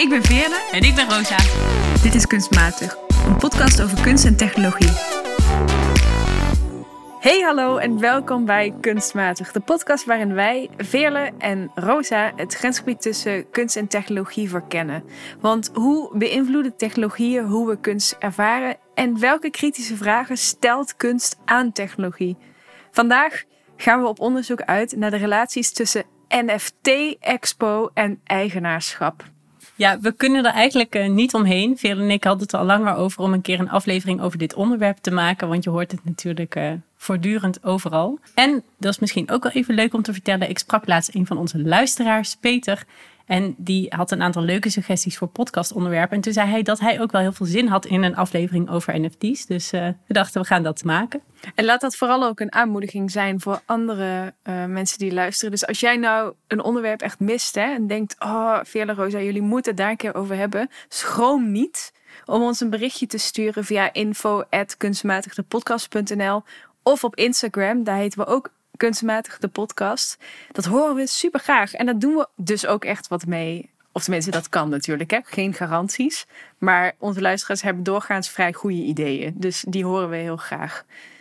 Ik ben Veerle. En ik ben Rosa. Dit is Kunstmatig, een podcast over kunst en technologie. Hey, hallo en welkom bij Kunstmatig, de podcast waarin wij, Veerle en Rosa, het grensgebied tussen kunst en technologie verkennen. Want hoe beïnvloeden technologieën hoe we kunst ervaren en welke kritische vragen stelt kunst aan technologie? Vandaag gaan we op onderzoek uit naar de relaties tussen NFT, expo en eigenaarschap. Ja, we kunnen er eigenlijk niet omheen. Veerle en ik hadden het er al langer over om een keer een aflevering over dit onderwerp te maken. Want je hoort het natuurlijk voortdurend overal. En dat is misschien ook wel even leuk om te vertellen. Ik sprak laatst een van onze luisteraars, Peter. En die had een aantal leuke suggesties voor podcastonderwerpen. En toen zei hij dat hij ook wel heel veel zin had in een aflevering over NFT's. Dus we dachten, we gaan dat maken. En laat dat vooral ook een aanmoediging zijn voor andere mensen die luisteren. Dus als jij nou een onderwerp echt mist, hè, en denkt, Veerle, Rosa, jullie moeten het daar een keer over hebben. Schroom niet om ons een berichtje te sturen via info@kunstmatigdepodcast.nl of op Instagram. Daar heten we ook Kunstmatig de podcast. Dat horen we super graag. En daar doen we dus ook echt wat mee. Of tenminste, dat kan natuurlijk. Hè? Geen garanties. Maar onze luisteraars hebben doorgaans vrij goede ideeën. Dus die horen we heel graag.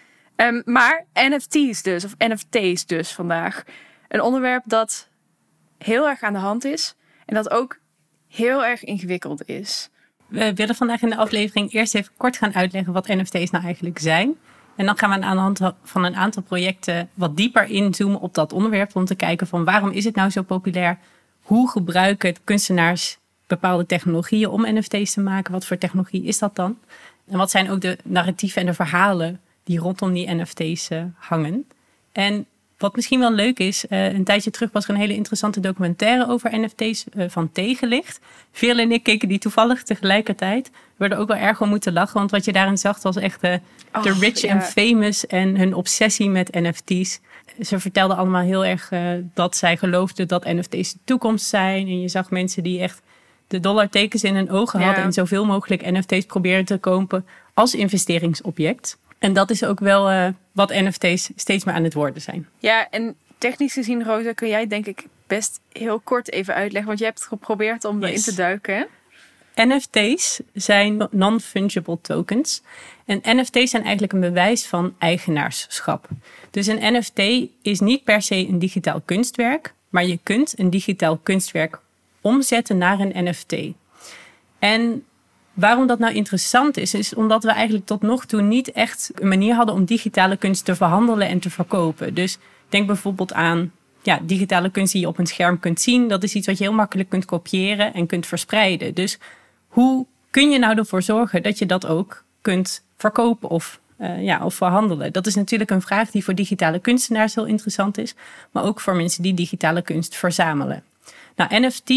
Maar NFT's dus. Of NFT's dus vandaag. Een onderwerp dat heel erg aan de hand is. En dat ook heel erg ingewikkeld is. We willen vandaag in de aflevering eerst even kort gaan uitleggen wat NFT's nou eigenlijk zijn. En dan gaan we aan de hand van een aantal projecten wat dieper inzoomen op dat onderwerp. Om te kijken van waarom is het nou zo populair? Hoe gebruiken kunstenaars bepaalde technologieën om NFT's te maken? Wat voor technologie is dat dan? En wat zijn ook de narratieven en de verhalen die rondom die NFT's hangen? En wat misschien wel leuk is, een tijdje terug was er een hele interessante documentaire over NFT's van Tegenlicht. Veerle en ik keken die toevallig tegelijkertijd. We werden ook wel erg om moeten lachen, want wat je daarin zag was echt de rich and famous en hun obsessie met NFT's. Ze vertelden allemaal heel erg dat zij geloofden dat NFT's de toekomst zijn. En je zag mensen die echt de dollartekens in hun ogen hadden en zoveel mogelijk NFT's probeerden te kopen als investeringsobject. En dat is ook wel wat NFT's steeds meer aan het worden zijn. Ja, en technisch gezien, Rosa, kun jij denk ik best heel kort even uitleggen. Want je hebt geprobeerd om erin te duiken, hè? NFT's zijn non-fungible tokens. En NFT's zijn eigenlijk een bewijs van eigenaarschap. Dus een NFT is niet per se een digitaal kunstwerk. Maar je kunt een digitaal kunstwerk omzetten naar een NFT. En waarom dat nou interessant is omdat we eigenlijk tot nog toe niet echt een manier hadden om digitale kunst te verhandelen en te verkopen. Dus denk bijvoorbeeld aan digitale kunst die je op een scherm kunt zien. Dat is iets wat je heel makkelijk kunt kopiëren en kunt verspreiden. Dus hoe kun je nou ervoor zorgen dat je dat ook kunt verkopen of verhandelen? Dat is natuurlijk een vraag die voor digitale kunstenaars heel interessant is. Maar ook voor mensen die digitale kunst verzamelen. Nou, NFT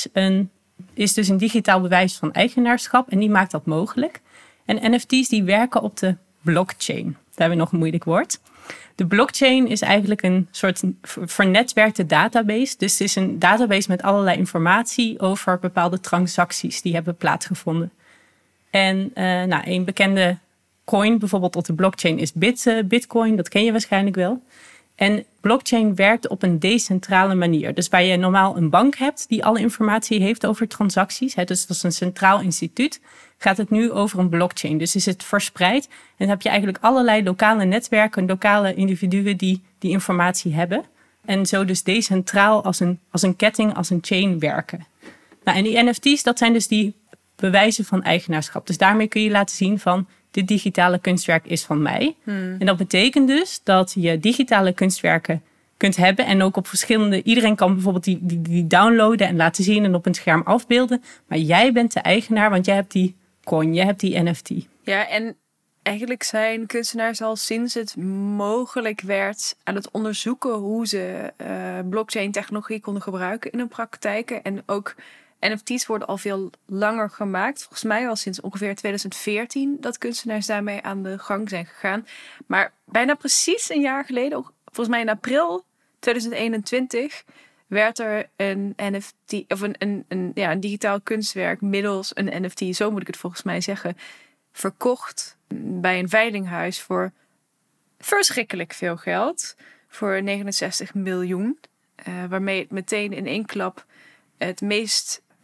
is dus een digitaal bewijs van eigenaarschap en die maakt dat mogelijk. En NFT's die werken op de blockchain. Daar hebben we nog een moeilijk woord. De blockchain is eigenlijk een soort vernetwerkte database. Dus het is een database met allerlei informatie over bepaalde transacties die hebben plaatsgevonden. En een bekende coin bijvoorbeeld op de blockchain is Bitcoin. Dat ken je waarschijnlijk wel. En blockchain werkt op een decentrale manier. Dus waar je normaal een bank hebt die alle informatie heeft over transacties. Dus dat is een centraal instituut. Gaat het nu over een blockchain. Dus is het verspreid. En dan heb je eigenlijk allerlei lokale netwerken, lokale individuen die informatie hebben. En zo dus decentraal als een ketting, als een chain werken. Nou, en die NFT's, dat zijn dus die bewijzen van eigenaarschap. Dus daarmee kun je laten zien van dit digitale kunstwerk is van mij. En dat betekent dus dat je digitale kunstwerken kunt hebben. En ook op verschillende. Iedereen kan bijvoorbeeld die downloaden en laten zien en op een scherm afbeelden. Maar jij bent de eigenaar, want jij hebt die coin, jij hebt die NFT. Ja, en eigenlijk zijn kunstenaars al sinds het mogelijk werd aan het onderzoeken hoe ze blockchain-technologie konden gebruiken in hun praktijken. En ook NFT's worden al veel langer gemaakt. Volgens mij al sinds ongeveer 2014 dat kunstenaars daarmee aan de gang zijn gegaan. Maar bijna precies een jaar geleden, volgens mij in april 2021, werd er een NFT of een digitaal kunstwerk middels een NFT, zo moet ik het volgens mij zeggen, verkocht bij een veilinghuis voor verschrikkelijk veel geld. Voor 69 miljoen. Waarmee het meteen in één klap het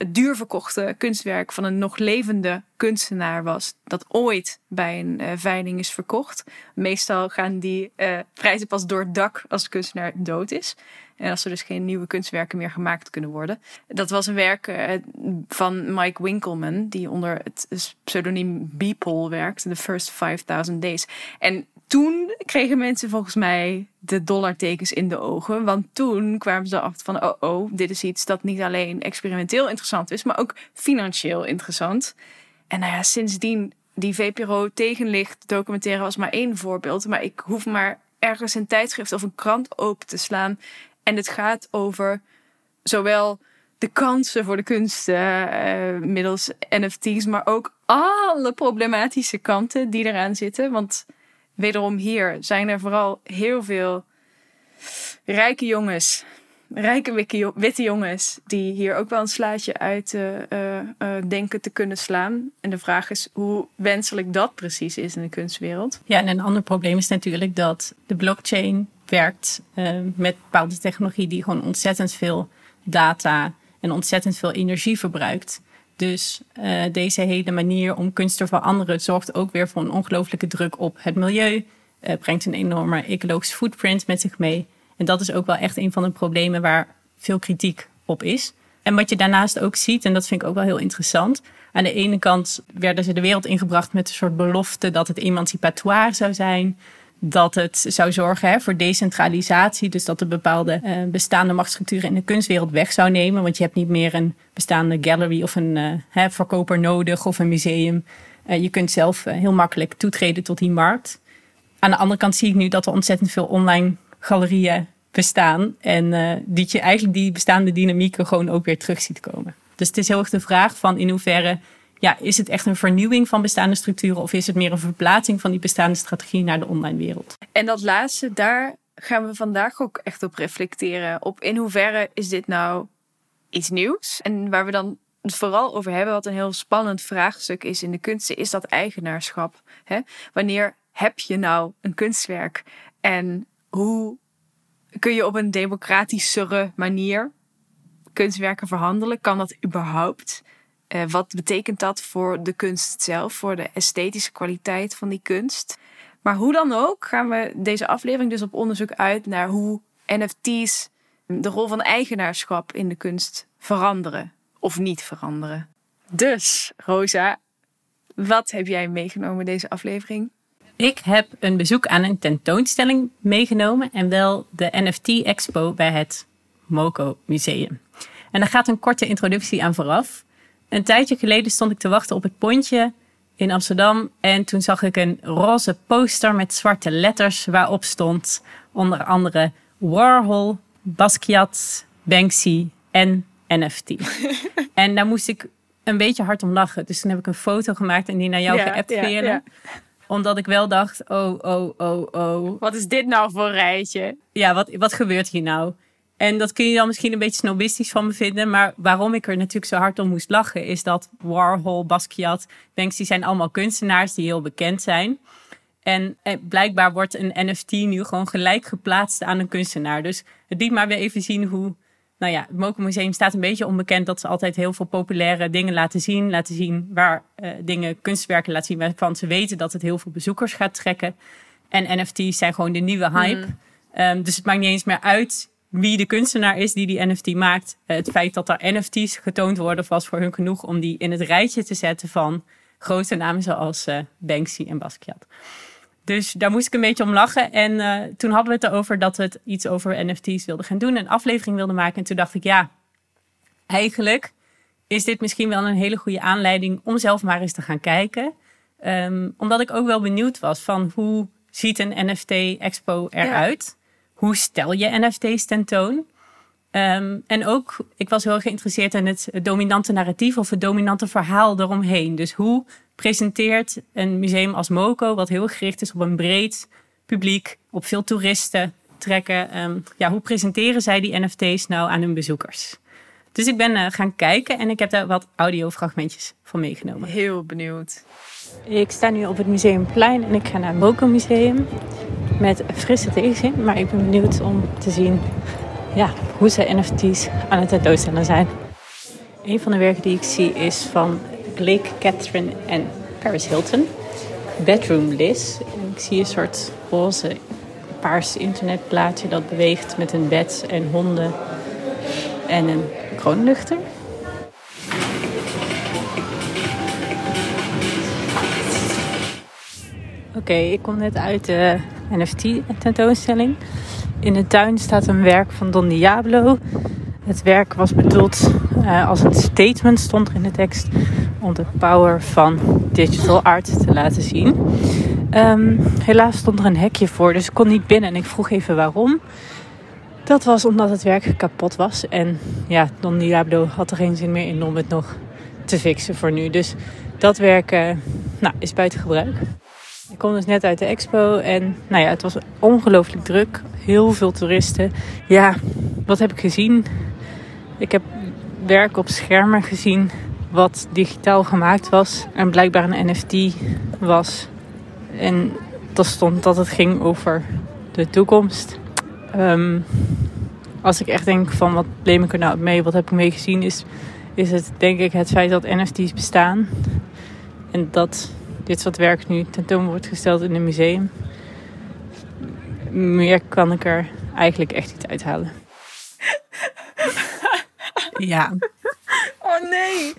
het duur verkochte kunstwerk van een nog levende kunstenaar was, dat ooit bij een veiling is verkocht. Meestal gaan die prijzen pas door het dak als de kunstenaar dood is. En als er dus geen nieuwe kunstwerken meer gemaakt kunnen worden. Dat was een werk van Mike Winkelman, die onder het pseudoniem Beeple werkte, The First 5000 Days. En toen kregen mensen volgens mij de dollartekens in de ogen. Want toen kwamen ze achter van, dit is iets dat niet alleen experimenteel interessant is, maar ook financieel interessant. En nou ja, sindsdien, die VPRO tegenlicht documentaire was maar één voorbeeld. Maar ik hoef maar ergens een tijdschrift of een krant open te slaan. En het gaat over zowel de kansen voor de kunst middels NFT's, maar ook alle problematische kanten die eraan zitten. Want wederom hier zijn er vooral heel veel rijke jongens, witte jongens, die hier ook wel een slaatje uit denken te kunnen slaan. En de vraag is hoe wenselijk dat precies is in de kunstwereld. Ja, en een ander probleem is natuurlijk dat de blockchain werkt met bepaalde technologie die gewoon ontzettend veel data en ontzettend veel energie verbruikt. Dus deze hele manier om kunst te veranderen zorgt ook weer voor een ongelooflijke druk op het milieu. Brengt een enorme ecologische footprint met zich mee. En dat is ook wel echt een van de problemen waar veel kritiek op is. En wat je daarnaast ook ziet, en dat vind ik ook wel heel interessant. Aan de ene kant werden ze de wereld ingebracht met een soort belofte dat het emancipatoire zou zijn. Dat het zou zorgen voor decentralisatie. Dus dat de bepaalde bestaande machtsstructuren in de kunstwereld weg zou nemen. Want je hebt niet meer een bestaande gallery of een verkoper nodig of een museum. Je kunt zelf heel makkelijk toetreden tot die markt. Aan de andere kant zie ik nu dat er ontzettend veel online galerieën bestaan. En dat je eigenlijk die bestaande dynamieken gewoon ook weer terug ziet komen. Dus het is heel erg de vraag van in hoeverre, is het echt een vernieuwing van bestaande structuren of is het meer een verplaatsing van die bestaande strategie naar de online wereld? En dat laatste, daar gaan we vandaag ook echt op reflecteren. Op in hoeverre is dit nou iets nieuws? En waar we dan het vooral over hebben, wat een heel spannend vraagstuk is in de kunsten, is dat eigenaarschap. Hè? Wanneer heb je nou een kunstwerk? En hoe kun je op een democratischere manier kunstwerken verhandelen? Kan dat überhaupt? Wat betekent dat voor de kunst zelf, voor de esthetische kwaliteit van die kunst? Maar hoe dan ook gaan we deze aflevering dus op onderzoek uit naar hoe NFT's de rol van eigenaarschap in de kunst veranderen of niet veranderen. Dus, Rosa, wat heb jij meegenomen deze aflevering? Ik heb een bezoek aan een tentoonstelling meegenomen en wel de NFT-expo bij het MoCo Museum. En daar gaat een korte introductie aan vooraf. Een tijdje geleden stond ik te wachten op het pontje in Amsterdam en toen zag ik een roze poster met zwarte letters waarop stond onder andere Warhol, Basquiat, Banksy en NFT. En daar moest ik een beetje hard om lachen. Dus toen heb ik een foto gemaakt en die naar jou geappt. Ja. Omdat ik wel dacht, oh. Wat is dit nou voor een rijtje? Ja, wat gebeurt hier nou? En dat kun je dan misschien een beetje snobistisch van me vinden. Maar waarom ik er natuurlijk zo hard om moest lachen is dat Warhol, Basquiat, Banksy zijn allemaal kunstenaars die heel bekend zijn. En blijkbaar wordt een NFT nu gewoon gelijk geplaatst aan een kunstenaar. Dus het liet maar weer even zien hoe, het MoCo Museum staat een beetje onbekend dat ze altijd heel veel populaire dingen laten zien. Laten zien waar kunstwerken laten zien waarvan ze weten dat het heel veel bezoekers gaat trekken. En NFT's zijn gewoon de nieuwe hype. Dus het maakt niet eens meer uit wie de kunstenaar is die NFT maakt. Het feit dat er NFT's getoond worden was voor hun genoeg om die in het rijtje te zetten van grote namen zoals Banksy en Basquiat. Dus daar moest ik een beetje om lachen. En toen hadden we het erover dat we het iets over NFT's wilden gaan doen. Een aflevering wilden maken. En toen dacht ik, eigenlijk is dit misschien wel een hele goede aanleiding om zelf maar eens te gaan kijken. Omdat ik ook wel benieuwd was van hoe ziet een NFT-expo eruit? Ja. Hoe stel je NFT's tentoon? En ook, ik was heel erg geïnteresseerd in het dominante narratief of het dominante verhaal eromheen. Dus hoe presenteert een museum als MoCo, wat heel gericht is op een breed publiek, op veel toeristen trekken. Hoe presenteren zij die NFT's nou aan hun bezoekers? Dus ik ben gaan kijken en ik heb daar wat audiofragmentjes van meegenomen. Heel benieuwd. Ik sta nu op het Museumplein en ik ga naar het MoCo Museum met frisse tegenzin. Maar ik ben benieuwd om te zien hoe ze NFT's aan het tentoonstellen zijn. Een van de werken die ik zie is van Blake Catherine en Paris Hilton. Bedroom Liz. En ik zie een soort roze paars internetplaatje dat beweegt met een bed en honden en een kroonluchter. Oké, ik kom net uit de NFT-tentoonstelling. In de tuin staat een werk van Don Diablo. Het werk was bedoeld als een statement, stond er in de tekst, om de power van digital art te laten zien. Helaas stond er een hekje voor, dus ik kon niet binnen en ik vroeg even waarom. Dat was omdat het werk kapot was en ja, Don Diablo had er geen zin meer in om het nog te fixen voor nu. Dus dat werk is buiten gebruik. Ik kom dus net uit de expo en het was ongelooflijk druk. Heel veel toeristen. Ja, wat heb ik gezien? Ik heb werk op schermen gezien wat digitaal gemaakt was en blijkbaar een NFT was. En er stond dat het ging over de toekomst. Als ik echt denk van wat neem ik er nou mee, wat heb ik mee gezien, is het denk ik het feit dat NFT's bestaan. En dat dit soort werk nu tentoon wordt gesteld in een museum. Meer kan ik er eigenlijk echt niet uithalen. Ja. Oh nee.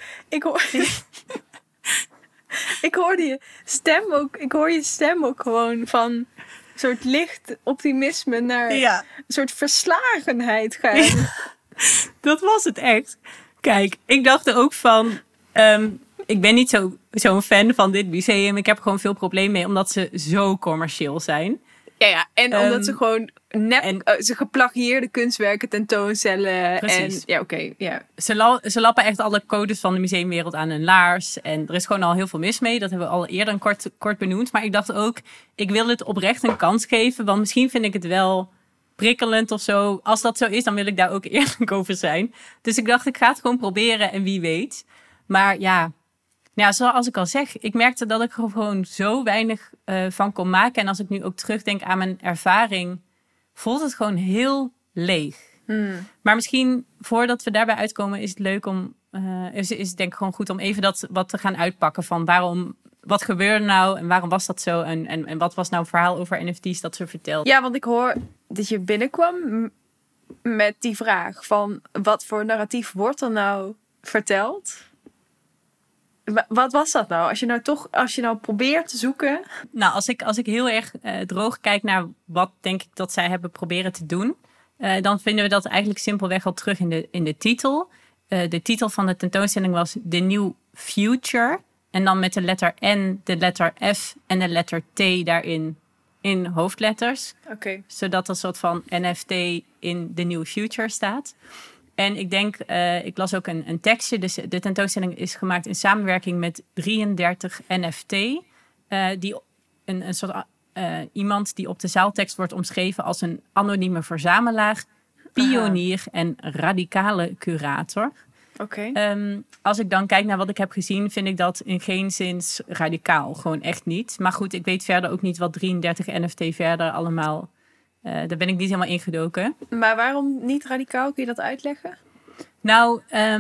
Ik hoorde je stem ook. Ik hoor je stem ook gewoon van een soort licht optimisme naar een soort verslagenheid gaan. Ja, dat was het echt. Kijk, ik dacht er ook van, ik ben niet zo'n fan van dit museum. Ik heb er gewoon veel problemen mee, omdat ze zo commercieel zijn. Ja, en omdat ze gewoon ze geplagieerde kunstwerken tentoonstellen. Precies. En Ze lappen echt alle codes van de museumwereld aan hun laars. En er is gewoon al heel veel mis mee. Dat hebben we al eerder kort benoemd. Maar ik dacht ook, ik wil het oprecht een kans geven. Want misschien vind ik het wel prikkelend of zo. Als dat zo is, dan wil ik daar ook eerlijk over zijn. Dus ik dacht, ik ga het gewoon proberen en wie weet. Maar ja, zoals ik al zeg, ik merkte dat ik er gewoon zo weinig van kon maken. En als ik nu ook terugdenk aan mijn ervaring, voelt het gewoon heel leeg. Maar misschien, voordat we daarbij uitkomen, is het leuk om, is het denk ik gewoon goed om even dat wat te gaan uitpakken van wat gebeurde nou en waarom was dat zo? En wat was nou het verhaal over NFT's dat ze vertelt? Ja, want ik hoor dat je binnenkwam met die vraag van wat voor narratief wordt er nou verteld? Wat was dat nou? Als je nou probeert te zoeken. Nou, als ik heel erg droog kijk naar wat denk ik dat zij hebben proberen te doen, dan vinden we dat eigenlijk simpelweg al terug in de titel. De titel van de tentoonstelling was The New Future. En dan met de letter N, de letter F en de letter T daarin in hoofdletters. Okay. Zodat er een soort van NFT in The New Future staat. En ik denk, ik las ook een tekstje. Dus de tentoonstelling is gemaakt in samenwerking met 33 NFT. Die een soort iemand die op de zaaltekst wordt omschreven als een anonieme verzamelaar, pionier en radicale curator. Okay. Als ik dan kijk naar wat ik heb gezien, vind ik dat in geen zin radicaal. Gewoon echt niet. Maar goed, ik weet verder ook niet wat 33 NFT verder allemaal. Daar ben ik niet helemaal ingedoken. Maar waarom niet radicaal? Kun je dat uitleggen? Nou,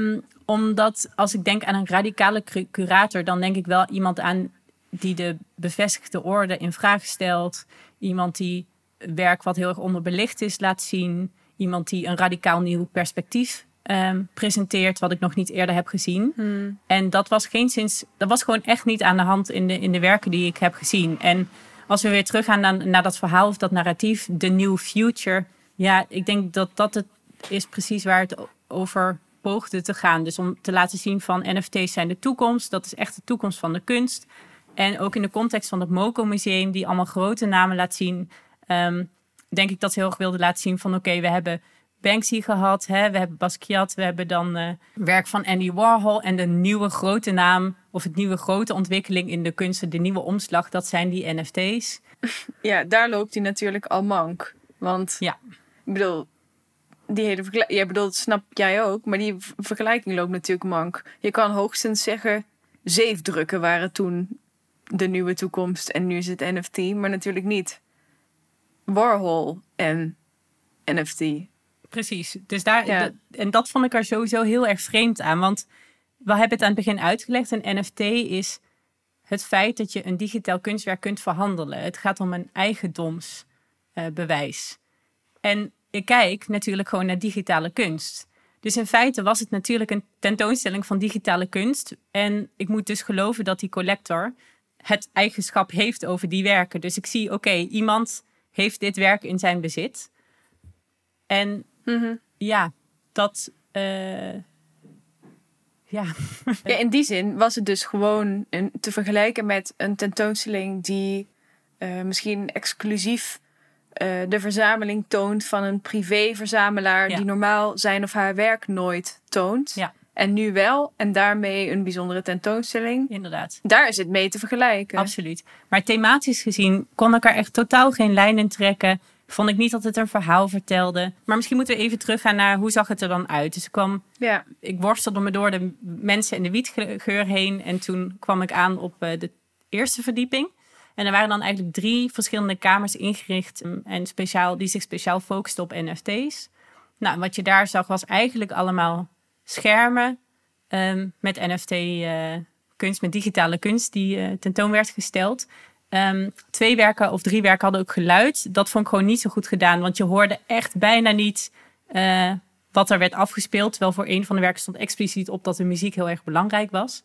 omdat als ik denk aan een radicale curator, dan denk ik wel iemand aan die de bevestigde orde in vraag stelt. Iemand die werk wat heel erg onderbelicht is laat zien. Iemand die een radicaal nieuw perspectief presenteert, wat ik nog niet eerder heb gezien. En dat was gewoon echt niet aan de hand in de werken die ik heb gezien. En als we weer teruggaan naar dat verhaal of dat narratief, The New Future. Ja, ik denk dat het is precies waar het over poogde te gaan. Dus om te laten zien van NFT's zijn de toekomst. Dat is echt de toekomst van de kunst. En ook in de context van het MoCo Museum, die allemaal grote namen laat zien, denk ik dat ze heel erg wilden laten zien van oké, we hebben Banksy gehad, we hebben Basquiat, we hebben dan werk van Andy Warhol en de nieuwe grote naam of het nieuwe grote ontwikkeling in de kunsten, de nieuwe omslag, dat zijn die NFT's. Ja, daar loopt hij natuurlijk al mank. Want ja, ik bedoel, die hele dat snap jij ook, maar die vergelijking loopt natuurlijk mank. Je kan hoogstens zeggen, zeefdrukken waren toen de nieuwe toekomst en nu is het NFT, maar natuurlijk niet Warhol en NFT. Precies. Dus en dat vond ik er sowieso heel erg vreemd aan. Want we hebben het aan het begin uitgelegd. Een NFT is het feit dat je een digitaal kunstwerk kunt verhandelen. Het gaat om een eigendomsbewijs. En ik kijk natuurlijk gewoon naar digitale kunst. Dus in feite was het natuurlijk een tentoonstelling van digitale kunst. En ik moet dus geloven dat die collector het eigenschap heeft over die werken. Dus ik zie, oké, iemand heeft dit werk in zijn bezit. En dat... Ja, in die zin was het dus gewoon te vergelijken met een tentoonstelling die misschien exclusief de verzameling toont van een privéverzamelaar die normaal zijn of haar werk nooit toont. Ja. En nu wel. En daarmee een bijzondere tentoonstelling. Inderdaad. Daar is het mee te vergelijken. Absoluut. Maar thematisch gezien kon ik er echt totaal geen lijn in trekken. Vond ik niet dat het een verhaal vertelde. Maar misschien moeten we even teruggaan naar hoe zag het er dan uit. Dus ik worstelde me door de mensen en de wietgeur heen. En toen kwam ik aan op de eerste verdieping. En er waren dan eigenlijk 3 verschillende kamers ingericht. En die zich speciaal focusten op NFT's. Nou, wat je daar zag was eigenlijk allemaal schermen met NFT-kunst, met digitale kunst die tentoon werd gesteld. 2 werken of 3 werken hadden ook geluid. Dat vond ik gewoon niet zo goed gedaan, want je hoorde echt bijna niet wat er werd afgespeeld. Terwijl voor een van de werken stond expliciet op dat de muziek heel erg belangrijk was.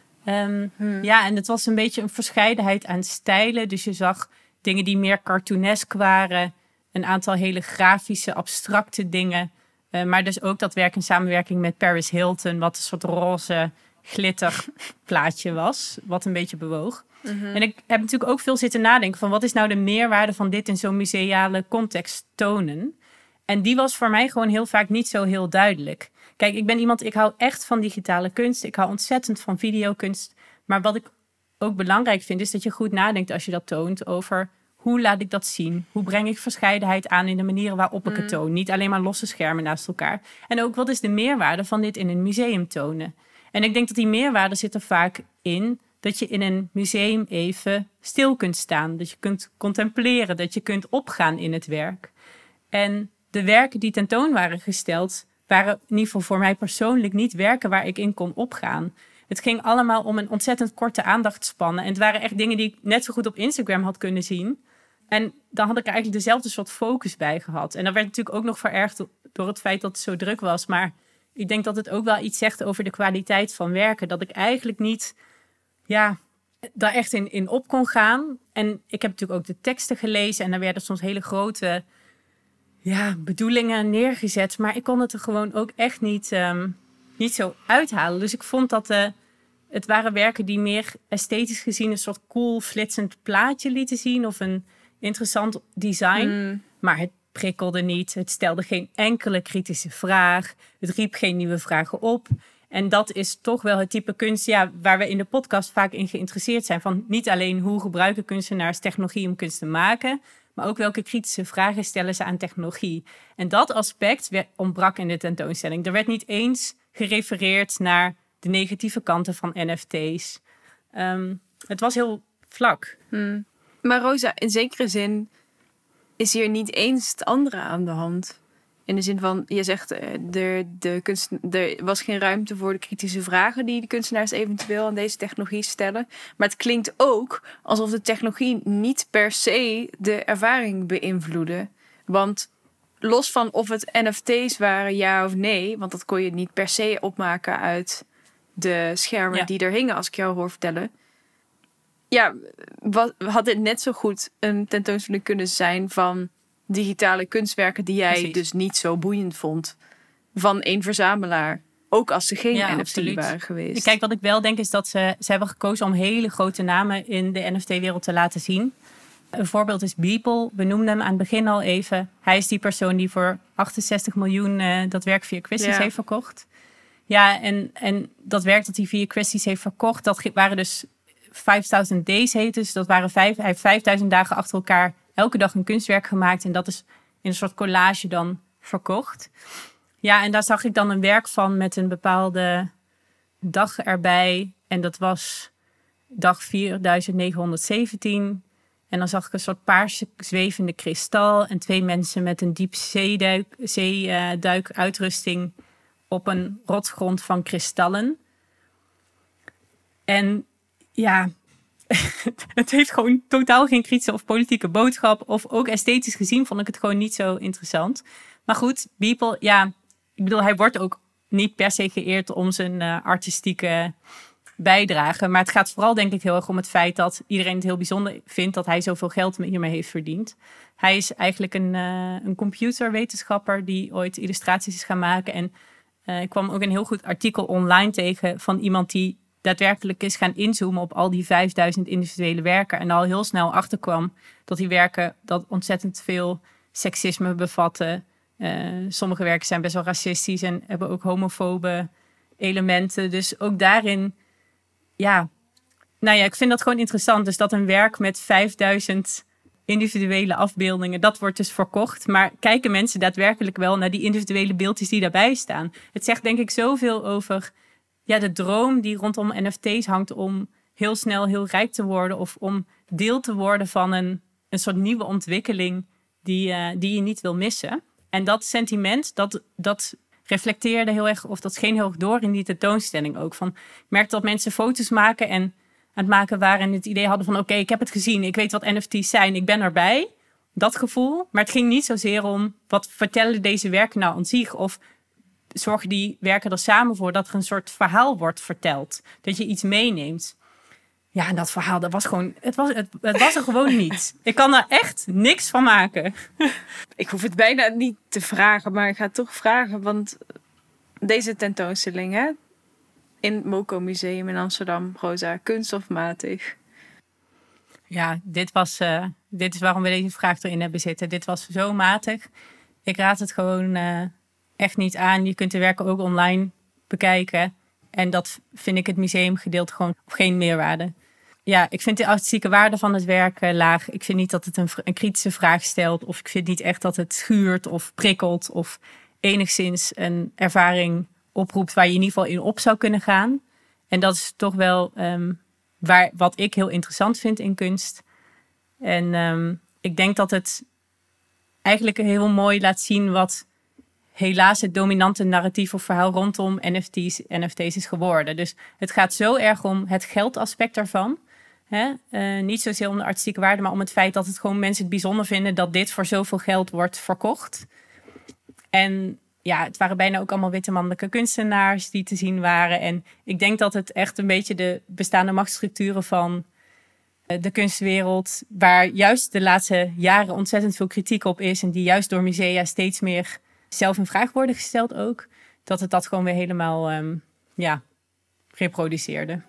Ja, en het was een beetje een verscheidenheid aan stijlen. Dus je zag dingen die meer cartoonesk waren. Een aantal hele grafische, abstracte dingen. Maar dus ook dat werk in samenwerking met Paris Hilton, wat een soort roze glitterplaatje was, wat een beetje bewoog. En ik heb natuurlijk ook veel zitten nadenken van wat is nou de meerwaarde van dit in zo'n museale context tonen. En die was voor mij gewoon heel vaak niet zo heel duidelijk. Kijk, ik hou echt van digitale kunst. Ik hou ontzettend van videokunst. Maar wat ik ook belangrijk vind, is dat je goed nadenkt als je dat toont over hoe laat ik dat zien? Hoe breng ik verscheidenheid aan in de manieren waarop ik het toon? Niet alleen maar losse schermen naast elkaar. En ook wat is de meerwaarde van dit in een museum tonen? En ik denk dat die meerwaarde zit er vaak in dat je in een museum even stil kunt staan. Dat je kunt contempleren, dat je kunt opgaan in het werk. En de werken die tentoon waren gesteld waren in ieder geval voor mij persoonlijk niet werken waar ik in kon opgaan. Het ging allemaal om een ontzettend korte aandachtspannen. En het waren echt dingen die ik net zo goed op Instagram had kunnen zien. En dan had ik er eigenlijk dezelfde soort focus bij gehad. En dat werd natuurlijk ook nog verergerd door het feit dat het zo druk was. Maar ik denk dat het ook wel iets zegt over de kwaliteit van werken. Dat ik eigenlijk niet daar echt in op kon gaan. En ik heb natuurlijk ook de teksten gelezen. En daar werden soms hele grote bedoelingen neergezet. Maar ik kon het er gewoon ook echt niet zo uithalen. Dus ik vond dat het waren werken die meer esthetisch gezien een soort cool, flitsend plaatje lieten zien. Of een interessant design. Maar het prikkelde niet. Het stelde geen enkele kritische vraag. Het riep geen nieuwe vragen op. En dat is toch wel het type kunst waar we in de podcast vaak in geïnteresseerd zijn. Van niet alleen hoe gebruiken kunstenaars technologie om kunst te maken, maar ook welke kritische vragen stellen ze aan technologie. En dat aspect ontbrak in de tentoonstelling. Er werd niet eens gerefereerd naar de negatieve kanten van NFT's. Het was heel vlak. Maar Rosa, in zekere zin is hier niet eens het andere aan de hand. In de zin van, je zegt, er was geen ruimte voor de kritische vragen die de kunstenaars eventueel aan deze technologie stellen. Maar het klinkt ook alsof de technologie niet per se de ervaring beïnvloedde. Want los van of het NFT's waren, ja of nee, want dat kon je niet per se opmaken uit de schermen die er hingen, als ik jou hoor vertellen. Ja, had dit net zo goed een tentoonstelling kunnen zijn van digitale kunstwerken die jij dus niet zo boeiend vond van een verzamelaar. Ook als ze geen NFT waren geweest. Kijk, wat ik wel denk is dat ze hebben gekozen om hele grote namen in de NFT-wereld te laten zien. Een voorbeeld is Beeple. We noemden hem aan het begin al even. Hij is die persoon die voor 68 miljoen dat werk via Christie's heeft verkocht. Ja, en dat werk dat hij via Christie's heeft verkocht, dat waren dus 5000 days heet. Dus dat waren hij heeft 5000 dagen achter elkaar elke dag een kunstwerk gemaakt. En dat is in een soort collage dan verkocht. Ja, en daar zag ik dan een werk van met een bepaalde dag erbij. En dat was dag 4917. En dan zag ik een soort paarse zwevende kristal en 2 mensen met een diepzeeduikuitrusting op een rotsgrond van kristallen. En ja, het heeft gewoon totaal geen kritische of politieke boodschap. Of ook esthetisch gezien vond ik het gewoon niet zo interessant. Maar goed, Beeple, ja, ik bedoel, hij wordt ook niet per se geëerd om zijn artistieke bijdrage. Maar het gaat vooral denk ik heel erg om het feit dat iedereen het heel bijzonder vindt dat hij zoveel geld hiermee heeft verdiend. Hij is eigenlijk een computerwetenschapper die ooit illustraties is gaan maken. En ik kwam ook een heel goed artikel online tegen van iemand die daadwerkelijk is gaan inzoomen op al die 5000 individuele werken. En al heel snel achterkwam dat die werken dat ontzettend veel seksisme bevatten. Sommige werken zijn best wel racistisch en hebben ook homofobe elementen. Dus ook daarin, ja, nou ja, ik vind dat gewoon interessant. Dus dat een werk met 5000 individuele afbeeldingen, dat wordt dus verkocht. Maar kijken mensen daadwerkelijk wel naar die individuele beeldjes die daarbij staan? Het zegt denk ik zoveel over de droom die rondom NFT's hangt om heel snel heel rijk te worden of om deel te worden van een soort nieuwe ontwikkeling die je niet wil missen. En dat sentiment, dat reflecteerde heel erg, of dat scheen heel erg door in die tentoonstelling ook. Ik merkte dat mensen foto's maken en aan het maken waren en het idee hadden van oké, ik heb het gezien, ik weet wat NFT's zijn, ik ben erbij. Dat gevoel. Maar het ging niet zozeer om wat vertellen deze werken nou aan zich of zorgen die werken er samen voor dat er een soort verhaal wordt verteld. Dat je iets meeneemt. Ja, en dat verhaal, dat was gewoon, het was er gewoon niet. Ik kan er echt niks van maken. Ik hoef het bijna niet te vragen, maar ik ga het toch vragen. Want deze tentoonstelling, hè, in het Moco Museum in Amsterdam, Rosa, kunst of matig? Ja, dit is waarom we deze vraag erin hebben zitten. Dit was zo matig. Ik raad het gewoon echt niet aan. Je kunt de werken ook online bekijken. En dat vind ik het museumgedeelte gewoon geen meerwaarde. Ja, ik vind de artistieke waarde van het werk laag. Ik vind niet dat het een kritische vraag stelt. Of ik vind niet echt dat het schuurt of prikkelt. Of enigszins een ervaring oproept waar je in ieder geval in op zou kunnen gaan. En dat is toch wel wat ik heel interessant vind in kunst. En ik denk dat het eigenlijk heel mooi laat zien wat helaas het dominante narratief of verhaal rondom NFT's is geworden. Dus het gaat zo erg om het geldaspect daarvan. Niet zozeer om de artistieke waarde, maar om het feit dat het gewoon mensen het bijzonder vinden dat dit voor zoveel geld wordt verkocht. En ja, het waren bijna ook allemaal witte mannelijke kunstenaars die te zien waren. En ik denk dat het echt een beetje de bestaande machtsstructuren van de kunstwereld, waar juist de laatste jaren ontzettend veel kritiek op is en die juist door musea steeds meer zelf in vraag worden gesteld ook, dat het dat gewoon weer helemaal reproduceerde.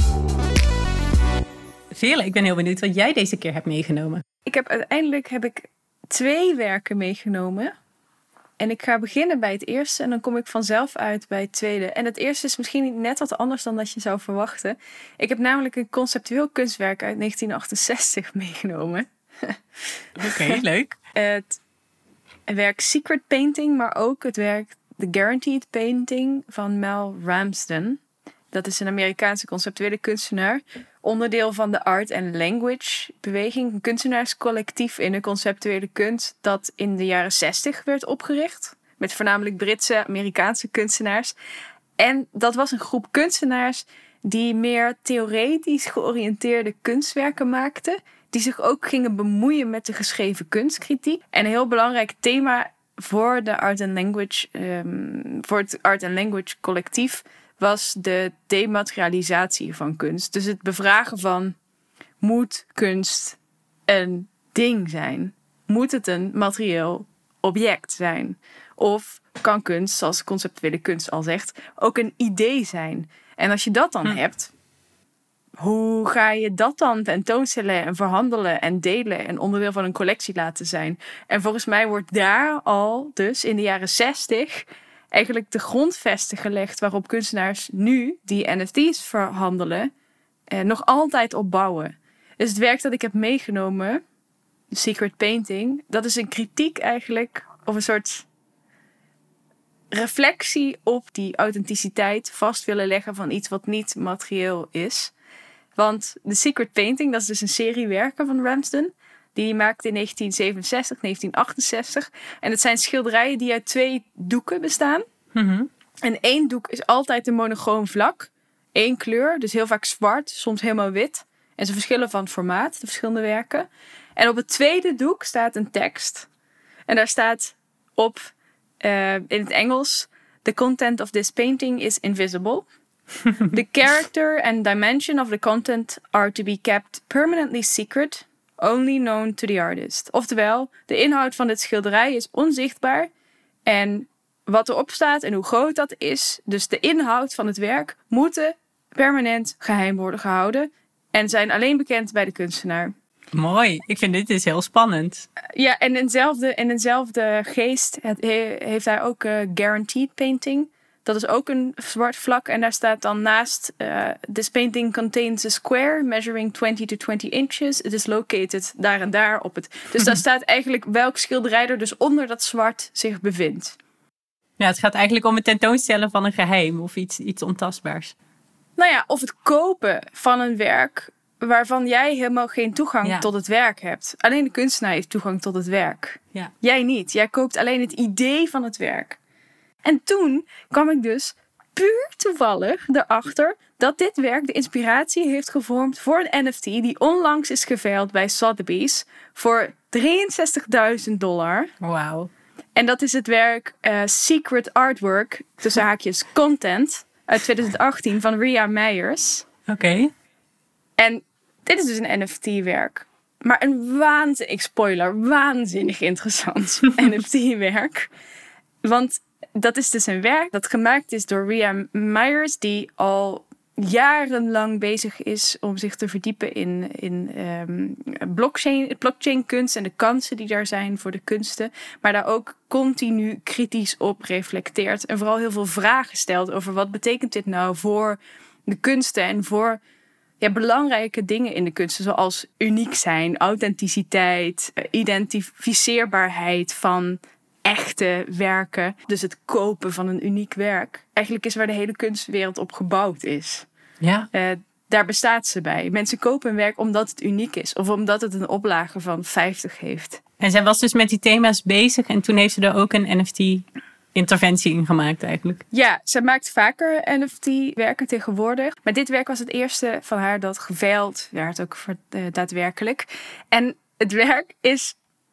Veerle, ik ben heel benieuwd wat jij deze keer hebt meegenomen. Uiteindelijk heb ik 2 werken meegenomen. En ik ga beginnen bij het eerste en dan kom ik vanzelf uit bij het tweede. En het eerste is misschien net wat anders dan dat je zou verwachten. Ik heb namelijk een conceptueel kunstwerk uit 1968 meegenomen. Oké, leuk. Het werk Secret Painting, maar ook het werk The Guaranteed Painting van Mel Ramsden. Dat is een Amerikaanse conceptuele kunstenaar. Onderdeel van de Art and Language beweging. Een kunstenaarscollectief in de conceptuele kunst dat in de jaren 60 werd opgericht. Met voornamelijk Britse, Amerikaanse kunstenaars. En dat was een groep kunstenaars die meer theoretisch georiënteerde kunstwerken maakten. Die zich ook gingen bemoeien met de geschreven kunstkritiek. En een heel belangrijk thema voor de Art and Language, voor het Art and Language collectief was de dematerialisatie van kunst. Dus het bevragen van, moet kunst een ding zijn? Moet het een materieel object zijn? Of kan kunst, zoals conceptuele kunst al zegt, ook een idee zijn? En als je dat dan hebt, hoe ga je dat dan tentoonstellen en verhandelen en delen en onderdeel van een collectie laten zijn? En volgens mij wordt daar al dus in de jaren 60 eigenlijk de grondvesten gelegd waarop kunstenaars nu die NFT's verhandelen nog altijd op bouwen. Dus het werk dat ik heb meegenomen, The Secret Painting, dat is een kritiek eigenlijk, of een soort reflectie op die authenticiteit vast willen leggen van iets wat niet materieel is. Want The Secret Painting, dat is dus een serie werken van Ramsden. Die maakte in 1967, 1968. En het zijn schilderijen die uit 2 doeken bestaan. Mm-hmm. En 1 doek is altijd een monochroom vlak. 1 kleur, dus heel vaak zwart, soms helemaal wit. En ze verschillen van formaat, de verschillende werken. En op het tweede doek staat een tekst. En daar staat op, in het Engels... The content of this painting is invisible. The character and dimension of the content are to be kept permanently secret, only known to the artist. Oftewel, de inhoud van dit schilderij is onzichtbaar. En wat erop staat en hoe groot dat is, dus de inhoud van het werk, moeten permanent geheim worden gehouden. En zijn alleen bekend bij de kunstenaar. Mooi, ik vind dit dus heel spannend. Ja, en in dezelfde geest heeft hij ook Guaranteed Painting. Dat is ook een zwart vlak. En daar staat dan naast... This painting contains a square measuring 20 to 20 inches. It is located daar en daar op het... Dus daar staat eigenlijk welk schilderij er dus onder dat zwart zich bevindt. Ja, het gaat eigenlijk om het tentoonstellen van een geheim of iets ontastbaars. Nou ja, of het kopen van een werk waarvan jij helemaal geen toegang tot het werk hebt. Alleen de kunstenaar heeft toegang tot het werk. Ja. Jij niet. Jij koopt alleen het idee van het werk. En toen kwam ik dus puur toevallig erachter dat dit werk de inspiratie heeft gevormd voor een NFT die onlangs is geveild bij Sotheby's voor $63.000. Wauw. En dat is het werk Secret Artwork, tussen haakjes Content, uit 2018 van Ria Meyers. Oké. En dit is dus een NFT-werk. Maar een waanzinnig interessant NFT-werk. Want dat is dus een werk dat gemaakt is door Ria Meyers, die al jarenlang bezig is om zich te verdiepen in blockchain kunst en de kansen die daar zijn voor de kunsten. Maar daar ook continu kritisch op reflecteert. En vooral heel veel vragen stelt over wat betekent dit nou voor de kunsten en voor belangrijke dingen in de kunsten. Zoals uniek zijn, authenticiteit, identificeerbaarheid van echte werken. Dus het kopen van een uniek werk. Eigenlijk is waar de hele kunstwereld op gebouwd is. Ja. Daar bestaat ze bij. Mensen kopen een werk omdat het uniek is. Of omdat het een oplage van 50 heeft. En zij was dus met die thema's bezig. En toen heeft ze er ook een NFT-interventie in gemaakt eigenlijk. Ja, ze maakt vaker NFT-werken tegenwoordig. Maar dit werk was het eerste van haar dat geveild werd. Ook daadwerkelijk. En het werk is...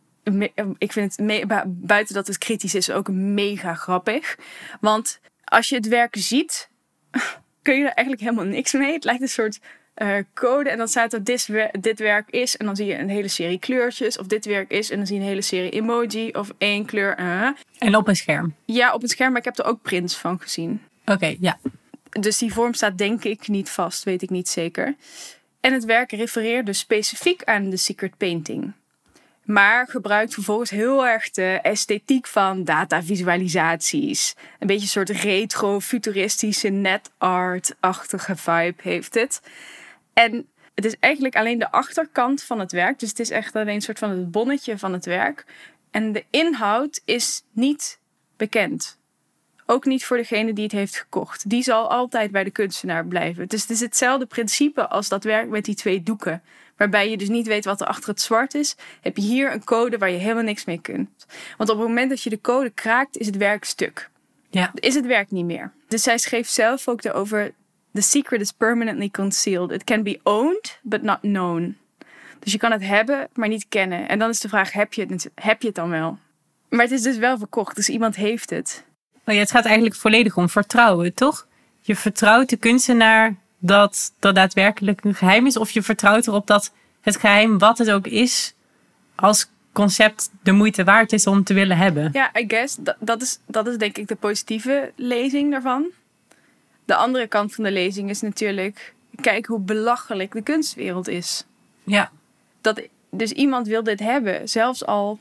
Ik vind het buiten dat het kritisch is ook mega grappig. Want als je het werk ziet, kun je er eigenlijk helemaal niks mee. Het lijkt een soort code en dan staat er dit werk is. En dan zie je een hele serie kleurtjes. Of dit werk is en dan zie je een hele serie emoji of 1 kleur. En op een scherm? Ja, op een scherm, maar ik heb er ook prints van gezien. Oké, ja. Dus die vorm staat denk ik niet vast, weet ik niet zeker. En het werk refereert dus specifiek aan de Secret Painting. Maar gebruikt vervolgens heel erg de esthetiek van datavisualisaties. Een beetje een soort retro-futuristische net-art-achtige vibe heeft het. En het is eigenlijk alleen de achterkant van het werk. Dus het is echt alleen een soort van het bonnetje van het werk. En de inhoud is niet bekend. Ook niet voor degene die het heeft gekocht. Die zal altijd bij de kunstenaar blijven. Dus het is hetzelfde principe als dat werk met die 2 doeken. Waarbij je dus niet weet wat er achter het zwart is. Heb je hier een code waar je helemaal niks mee kunt. Want op het moment dat je de code kraakt, is het werk stuk. Ja. Is het werk niet meer. Dus zij schreef zelf ook erover: The secret is permanently concealed. It can be owned, but not known. Dus je kan het hebben, maar niet kennen. En dan is de vraag, heb je het dan wel? Maar het is dus wel verkocht, dus iemand heeft het. Oh ja, het gaat eigenlijk volledig om vertrouwen, toch? Je vertrouwt de kunstenaar dat dat daadwerkelijk een geheim is. Of je vertrouwt erop dat het geheim, wat het ook is, als concept de moeite waard is om te willen hebben. Ja, I guess. Dat is denk ik de positieve lezing daarvan. De andere kant van de lezing is natuurlijk, kijk hoe belachelijk de kunstwereld is. Ja. Dus iemand wil dit hebben, zelfs al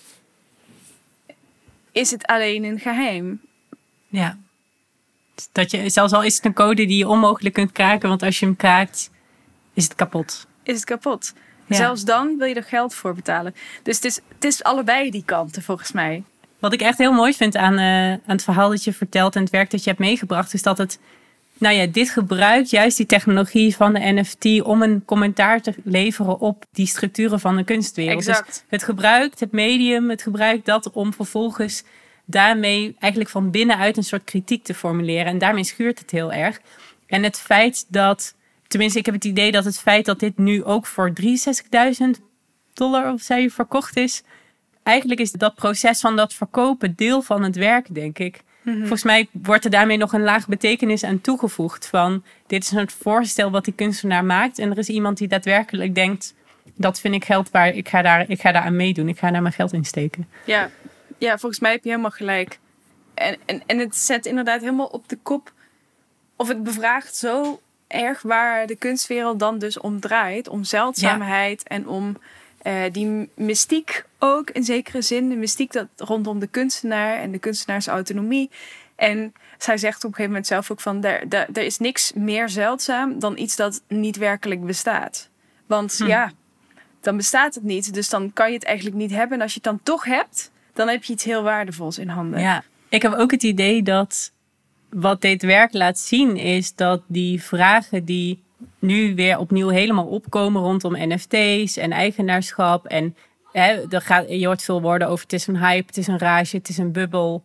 is het alleen een geheim. Ja. Zelfs al is het een code die je onmogelijk kunt kraken, want als je hem kraakt, is het kapot. Is het kapot. Ja. Zelfs dan wil je er geld voor betalen. Dus het is allebei die kanten volgens mij. Wat ik echt heel mooi vind aan het verhaal dat je vertelt en het werk dat je hebt meegebracht, is dat het Nou ja, dit gebruikt juist die technologie van de NFT om een commentaar te leveren op die structuren van de kunstwereld. Exact. Dus het gebruikt het medium, het gebruikt dat om vervolgens daarmee eigenlijk van binnenuit een soort kritiek te formuleren. En daarmee schuurt het heel erg. En het feit dat, tenminste ik heb het idee dat het feit dat dit nu ook voor $63.000 of zij verkocht is, eigenlijk is dat proces van dat verkopen deel van het werk, denk ik. Volgens mij wordt er daarmee nog een laag betekenis aan toegevoegd van dit is een voorstel wat die kunstenaar maakt en er is iemand die daadwerkelijk denkt dat vind ik geld waar, ik ga daar aan meedoen, ik ga daar mijn geld in steken. Ja, volgens mij heb je helemaal gelijk. En het zet inderdaad helemaal op de kop, of het bevraagt zo erg waar de kunstwereld dan dus om draait, om zeldzaamheid en om die mystiek ook in zekere zin. De mystiek dat rondom de kunstenaar en de kunstenaars autonomie. En zij zegt op een gegeven moment zelf ook van er is niks meer zeldzaam dan iets dat niet werkelijk bestaat. Want dan bestaat het niet. Dus dan kan je het eigenlijk niet hebben. En als je het dan toch hebt, dan heb je iets heel waardevols in handen. Ja, ik heb ook het idee dat wat dit werk laat zien is dat die vragen die nu weer opnieuw helemaal opkomen rondom NFT's en eigenaarschap. En je hoort veel woorden over het is een hype, het is een rage, het is een bubbel.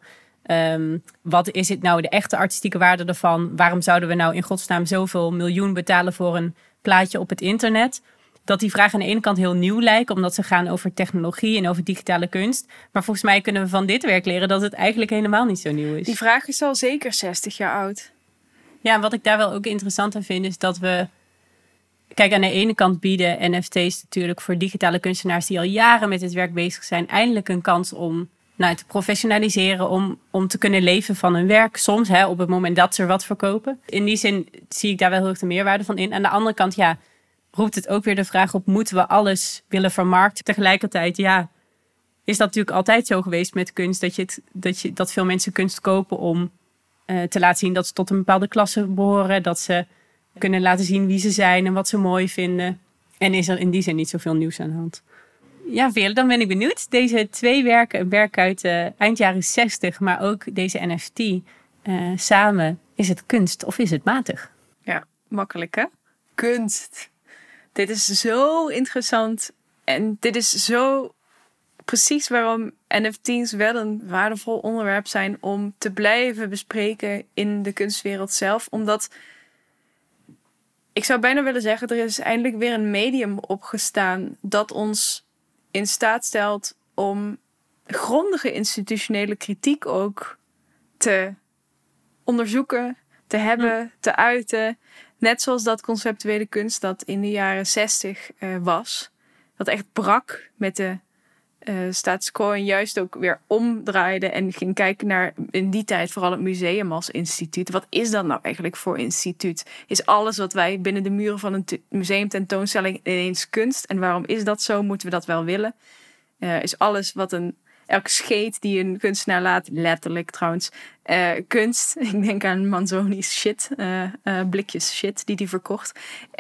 Wat is het nou de echte artistieke waarde ervan? Waarom zouden we nou in godsnaam zoveel miljoen betalen voor een plaatje op het internet? Dat die vragen aan de ene kant heel nieuw lijken, omdat ze gaan over technologie en over digitale kunst. Maar volgens mij kunnen we van dit werk leren dat het eigenlijk helemaal niet zo nieuw is. Die vraag is al zeker 60 jaar oud. Ja, en wat ik daar wel ook interessant aan vind is dat we... Kijk, aan de ene kant bieden NFT's natuurlijk voor digitale kunstenaars die al jaren met dit werk bezig zijn, eindelijk een kans om te professionaliseren, om te kunnen leven van hun werk. Soms op het moment dat ze er wat verkopen. In die zin zie ik daar wel heel erg de meerwaarde van in. Aan de andere kant, roept het ook weer de vraag op, moeten we alles willen vermarkten? Tegelijkertijd, is dat natuurlijk altijd zo geweest met kunst, dat veel mensen kunst kopen om te laten zien dat ze tot een bepaalde klasse behoren, dat ze kunnen laten zien wie ze zijn en wat ze mooi vinden. En is er in die zin niet zoveel nieuws aan de hand. Ja, Veerle, dan ben ik benieuwd. Deze twee werken, een werk uit eind jaren 60, maar ook deze NFT, samen, is het kunst of is het matig? Ja, makkelijk hè? Kunst. Dit is zo interessant en dit is zo precies waarom NFT's wel een waardevol onderwerp zijn om te blijven bespreken in de kunstwereld zelf. Omdat ik zou bijna willen zeggen, er is eindelijk weer een medium opgestaan dat ons in staat stelt om grondige institutionele kritiek ook te onderzoeken, te hebben, te uiten. Net zoals dat conceptuele kunst dat in de jaren 60 was. Dat echt brak met de status quo en juist ook weer omdraaide en ging kijken naar in die tijd vooral het museum als instituut. Wat is dat nou eigenlijk voor instituut? Is alles wat wij binnen de muren van een museumtentoonstelling ineens kunst? En waarom is dat zo? Moeten we dat wel willen? Is alles wat elke scheet die een kunstenaar laat, letterlijk trouwens, kunst. Ik denk aan Manzoni's shit, blikjes shit die verkocht.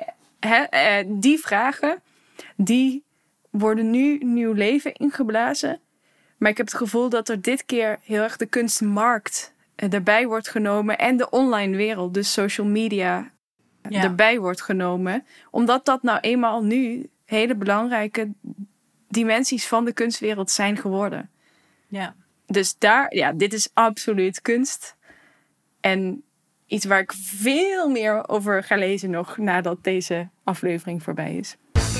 Die vragen, die worden nu nieuw leven ingeblazen. Maar ik heb het gevoel dat er dit keer heel erg de kunstmarkt erbij wordt genomen. En de online wereld, dus social media, erbij wordt genomen. Omdat dat nou eenmaal nu hele belangrijke dimensies van de kunstwereld zijn geworden. Ja. Dus dit is absoluut kunst. En iets waar ik veel meer over ga lezen nog nadat deze aflevering voorbij is.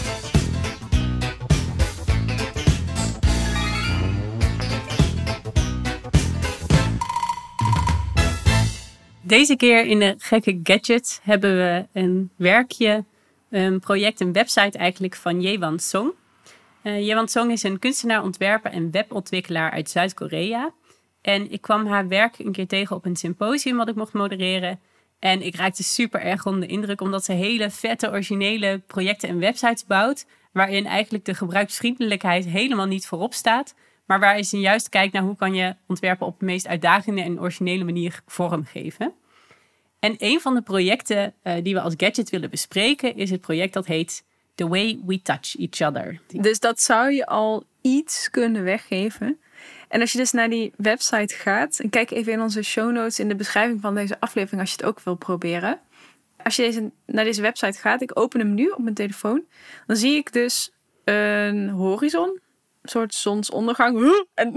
Deze keer in de Gekke Gadget hebben we een werkje, een project, een website eigenlijk van Jaewon Song. Jaewon Song is een kunstenaar, ontwerper en webontwikkelaar uit Zuid-Korea. En ik kwam haar werk een keer tegen op een symposium wat ik mocht modereren. En ik raakte super erg onder de indruk omdat ze hele vette, originele projecten en websites bouwt. Waarin eigenlijk de gebruiksvriendelijkheid helemaal niet voorop staat. Maar waarin ze juist kijkt naar hoe kan je ontwerpen op de meest uitdagende en originele manier vormgeven. En een van de projecten die we als gadget willen bespreken is het project dat heet The Way We Touch Each Other. Dus dat zou je al iets kunnen weggeven. En als je dus naar die website gaat, en kijk even in onze show notes in de beschrijving van deze aflevering als je het ook wil proberen. Als je naar deze website gaat, ik open hem nu op mijn telefoon, dan zie ik dus een horizon, een soort zonsondergang. En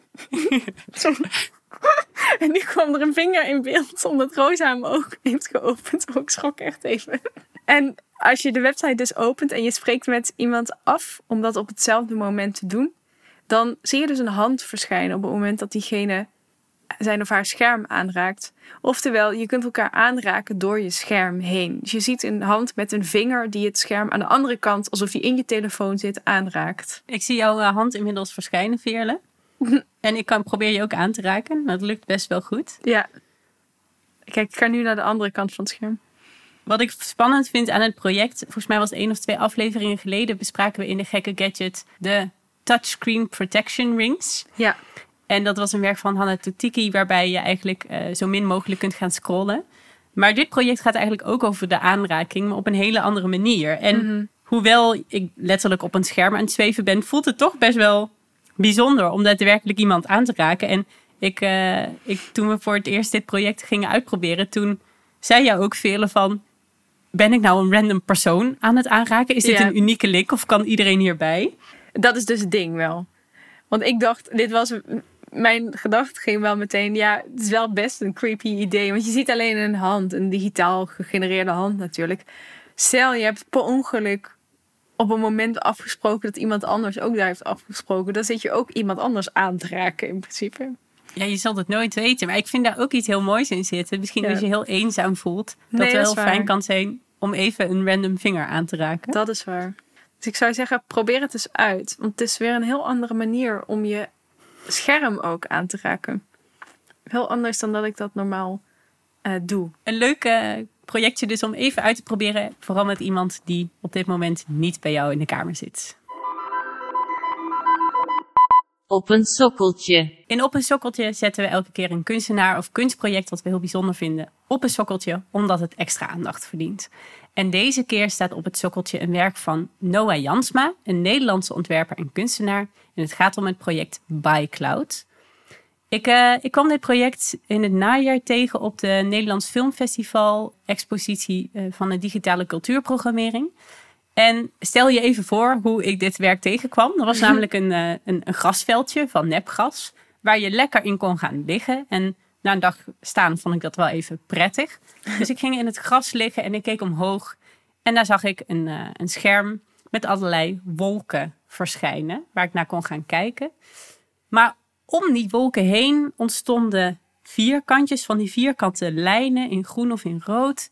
nu kwam er een vinger in beeld, omdat Rosa hem ook heeft geopend. Oh, ik schrok echt even. En als je de website dus opent en je spreekt met iemand af om dat op hetzelfde moment te doen, dan zie je dus een hand verschijnen op het moment dat diegene zijn of haar scherm aanraakt. Oftewel, je kunt elkaar aanraken door je scherm heen. Dus je ziet een hand met een vinger die het scherm aan de andere kant, alsof die in je telefoon zit, aanraakt. Ik zie jouw hand inmiddels verschijnen, Veerle. En ik probeer je ook aan te raken. Dat lukt best wel goed. Ja. Kijk, ik ga nu naar de andere kant van het scherm. Wat ik spannend vind aan het project, volgens mij was het 1 of 2 afleveringen geleden, bespraken we in de Gekke Gadget de Touchscreen Protection Rings. Ja. En dat was een werk van Hannah Tutiki, waarbij je eigenlijk zo min mogelijk kunt gaan scrollen. Maar dit project gaat eigenlijk ook over de aanraking, maar op een hele andere manier. En hoewel ik letterlijk op een scherm aan het zweven ben, voelt het toch best wel bijzonder om daadwerkelijk iemand aan te raken. En toen we voor het eerst dit project gingen uitproberen, toen zei jij ook velen van, ben ik nou een random persoon aan het aanraken? Is dit een unieke link of kan iedereen hierbij? Dat is dus het ding wel. Want ik dacht, mijn gedachte ging wel meteen, ja, het is wel best een creepy idee. Want je ziet alleen een hand, een digitaal gegenereerde hand natuurlijk. Stel, je hebt per ongeluk op een moment afgesproken dat iemand anders ook daar heeft afgesproken. Dan zit je ook iemand anders aan te raken in principe. Ja, je zult het nooit weten. Maar ik vind daar ook iets heel moois in zitten. Misschien als je heel eenzaam voelt, dat het heel fijn kan zijn om even een random vinger aan te raken. Dat is waar. Dus ik zou zeggen, probeer het eens uit. Want het is weer een heel andere manier om je scherm ook aan te raken. Heel anders dan dat ik dat normaal doe. Een leuk projectje dus om even uit te proberen. Vooral met iemand die op dit moment niet bij jou in de kamer zit. Op een sokkeltje. In Op een sokkeltje zetten we elke keer een kunstenaar of kunstproject dat we heel bijzonder vinden op een sokkeltje, omdat het extra aandacht verdient. En deze keer staat op het sokkeltje een werk van Noah Jansma, een Nederlandse ontwerper en kunstenaar. En het gaat om het project ByCloud. Ik kwam dit project in het najaar tegen op de Nederlands Filmfestival expositie van de digitale cultuurprogrammering. En stel je even voor hoe ik dit werk tegenkwam. Er was namelijk een grasveldje van nepgras, waar je lekker in kon gaan liggen. En na een dag staan vond ik dat wel even prettig. Dus ik ging in het gras liggen en ik keek omhoog. En daar zag ik een scherm met allerlei wolken verschijnen, waar ik naar kon gaan kijken. Maar om die wolken heen ontstonden vierkantjes van die vierkante lijnen in groen of in rood.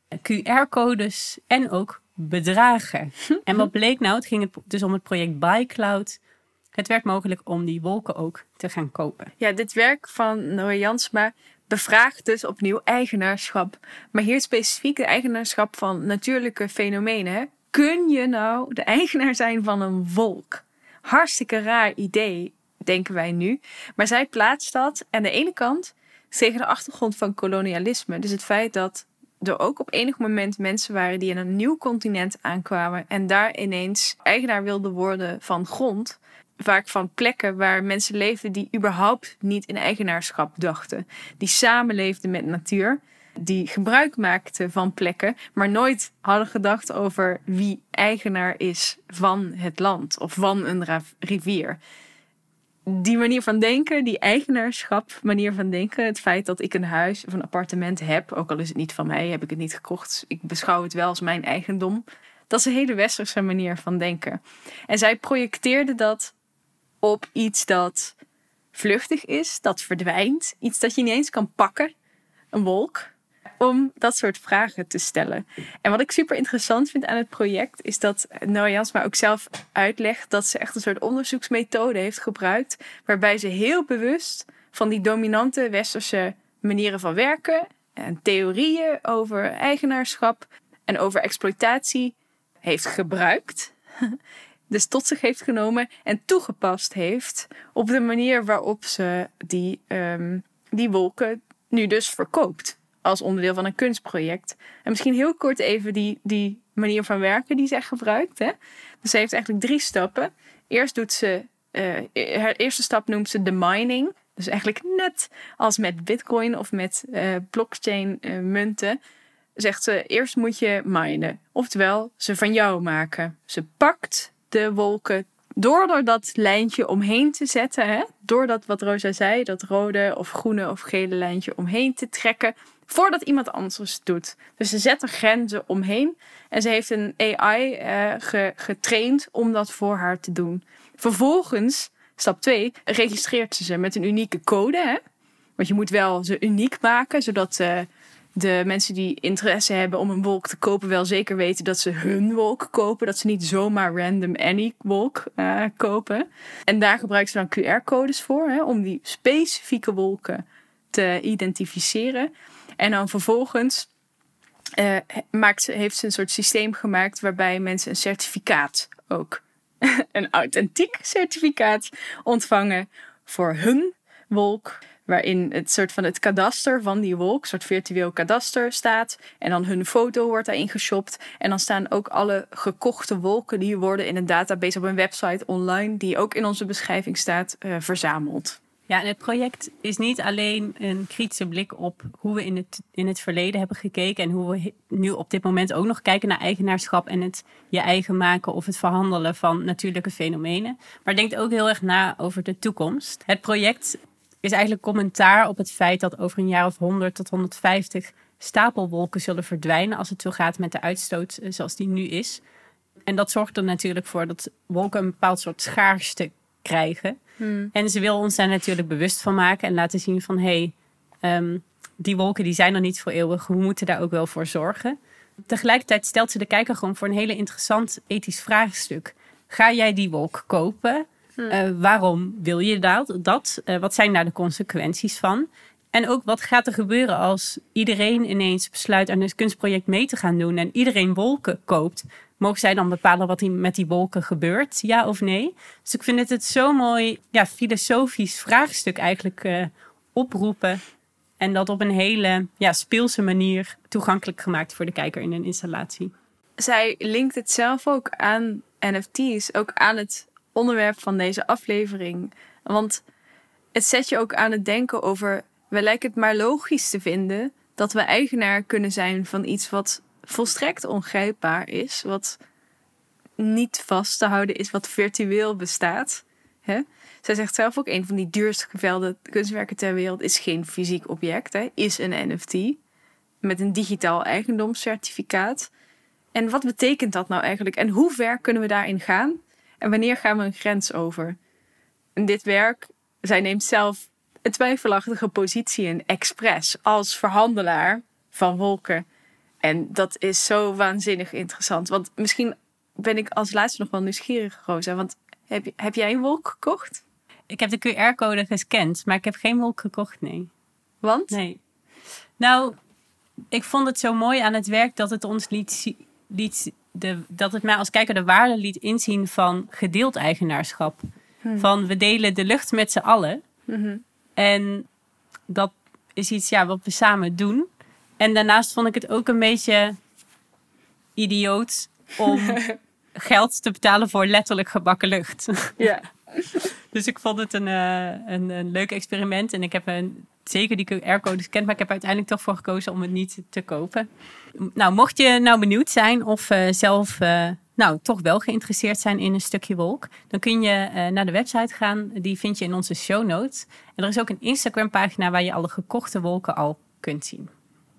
QR-codes en ook bedragen. En wat bleek nou? Het ging dus om het project ByCloud. Het werd mogelijk om die wolken ook te gaan kopen. Ja, dit werk van Noah Jansma bevraagt dus opnieuw eigenaarschap. Maar hier specifiek de eigenaarschap van natuurlijke fenomenen. Hè? Kun je nou de eigenaar zijn van een wolk? Hartstikke raar idee, denken wij nu. Maar zij plaatst dat aan de ene kant tegen de achtergrond van kolonialisme. Dus het feit dat er ook op enig moment mensen waren die in een nieuw continent aankwamen en daar ineens eigenaar wilden worden van grond. Vaak van plekken waar mensen leefden die überhaupt niet in eigenaarschap dachten. Die samenleefden met natuur. Die gebruik maakten van plekken, maar nooit hadden gedacht over wie eigenaar is van het land of van een rivier. Die manier van denken, die eigenaarschap manier van denken, het feit dat ik een huis of een appartement heb, ook al is het niet van mij, heb ik het niet gekocht, ik beschouw het wel als mijn eigendom. Dat is een hele westerse manier van denken. En zij projecteerde dat op iets dat vluchtig is, dat verdwijnt, iets dat je niet eens kan pakken, een wolk, om dat soort vragen te stellen. En wat ik super interessant vind aan het project is dat Noah Jansma ook zelf uitlegt dat ze echt een soort onderzoeksmethode heeft gebruikt, waarbij ze heel bewust van die dominante westerse manieren van werken en theorieën over eigenaarschap en over exploitatie heeft gebruikt. Dus tot zich heeft genomen en toegepast heeft op de manier waarop ze die wolken nu dus verkoopt. Als onderdeel van een kunstproject. En misschien heel kort even die manier van werken die zij gebruikt. Hè? Dus ze heeft eigenlijk 3 stappen. Eerst doet ze haar eerste stap noemt ze de mining. Dus eigenlijk net als met Bitcoin of met blockchain munten. Zegt ze, eerst moet je minen. Oftewel, ze van jou maken. Ze pakt de wolken door er dat lijntje omheen te zetten. Hè? Door dat, wat Rosa zei, dat rode of groene of gele lijntje omheen te trekken. Voordat iemand anders het doet. Dus ze zet er grenzen omheen. En ze heeft een AI getraind om dat voor haar te doen. Vervolgens, stap 2, registreert ze met een unieke code. Hè? Want je moet wel ze uniek maken, zodat de mensen die interesse hebben om een wolk te kopen wel zeker weten dat ze hun wolk kopen. Dat ze niet zomaar random any wolk kopen. En daar gebruiken ze dan QR-codes voor, hè, om die specifieke wolken te identificeren. En dan vervolgens heeft ze een soort systeem gemaakt waarbij mensen een certificaat ook, een authentiek certificaat ontvangen voor hun wolk. Waarin het soort van het kadaster van die wolk, een soort virtueel kadaster staat. En dan hun foto wordt daarin geshopt. En dan staan ook alle gekochte wolken die worden in een database op een website online, die ook in onze beschrijving staat, verzameld. Ja, en het project is niet alleen een kritische blik op hoe we in het verleden hebben gekeken en hoe we nu op dit moment ook nog kijken naar eigenaarschap en het je eigen maken of het verhandelen van natuurlijke fenomenen. Maar denkt ook heel erg na over de toekomst. Het project is eigenlijk commentaar op het feit dat over een jaar of 100 tot 150 stapelwolken zullen verdwijnen als het zo gaat met de uitstoot zoals die nu is. En dat zorgt er natuurlijk voor dat wolken een bepaald soort schaarste krijgen. En ze wil ons daar natuurlijk bewust van maken en laten zien van die wolken die zijn er niet voor eeuwig. We moeten daar ook wel voor zorgen. Tegelijkertijd stelt ze de kijker gewoon voor een hele interessant ethisch vraagstuk. Ga jij die wolk kopen? Waarom wil je dat? Wat zijn daar de consequenties van? En ook wat gaat er gebeuren als iedereen ineens besluit aan een kunstproject mee te gaan doen en iedereen wolken koopt? Mogen zij dan bepalen wat met die wolken gebeurt? Ja of nee? Dus ik vind het zo mooi filosofisch vraagstuk eigenlijk oproepen. En dat op een hele speelse manier toegankelijk gemaakt voor de kijker in een installatie. Zij linkt het zelf ook aan NFT's, ook aan het onderwerp van deze aflevering. Want het zet je ook aan het denken over, we lijken het maar logisch te vinden dat we eigenaar kunnen zijn van iets wat volstrekt ongrijpbaar is, wat niet vast te houden is, wat virtueel bestaat. Hè? Zij zegt zelf ook, een van die duurst gevelde kunstwerken ter wereld is geen fysiek object, hè, is een NFT met een digitaal eigendomscertificaat. En wat betekent dat nou eigenlijk? En hoe ver kunnen we daarin gaan? En wanneer gaan we een grens over? En dit werk, zij neemt zelf een twijfelachtige positie in expres als verhandelaar van wolken. En dat is zo waanzinnig interessant. Want misschien ben ik als laatste nog wel nieuwsgierig, Rosa. Want heb jij een wolk gekocht? Ik heb de QR-code gescand, maar ik heb geen wolk gekocht, nee. Want? Nee. Nou, ik vond het zo mooi aan het werk dat het ons dat het mij als kijker de waarde liet inzien van gedeeld eigenaarschap. Van we delen de lucht met z'n allen. Mm-hmm. En dat is iets wat we samen doen. En daarnaast vond ik het ook een beetje idioot om geld te betalen voor letterlijk gebakken lucht. Ja. Dus ik vond het een leuk experiment. En ik heb zeker die QR-code gescand, maar ik heb uiteindelijk toch voor gekozen om het niet te kopen. Nou, mocht je nou benieuwd zijn of zelf toch wel geïnteresseerd zijn in een stukje wolk, dan kun je naar de website gaan. Die vind je in onze show notes. En er is ook een Instagram-pagina waar je alle gekochte wolken al kunt zien.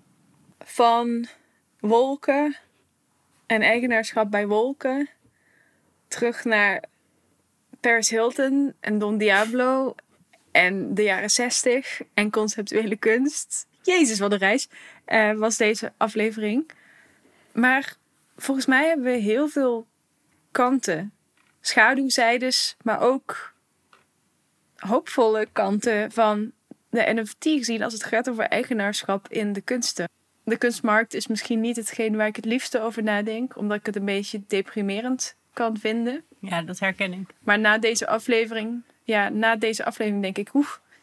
Van wolken en eigenaarschap bij wolken terug naar Paris Hilton en Don Diablo en de jaren 60 en conceptuele kunst. Jezus, wat een reis was deze aflevering. Maar volgens mij hebben we heel veel kanten. Schaduwzijdes, maar ook hoopvolle kanten van de NFT gezien als het gaat over eigenaarschap in de kunsten. De kunstmarkt is misschien niet hetgeen waar ik het liefste over nadenk, omdat ik het een beetje deprimerend kan vinden. Ja, dat herken ik. Maar na deze aflevering denk ik,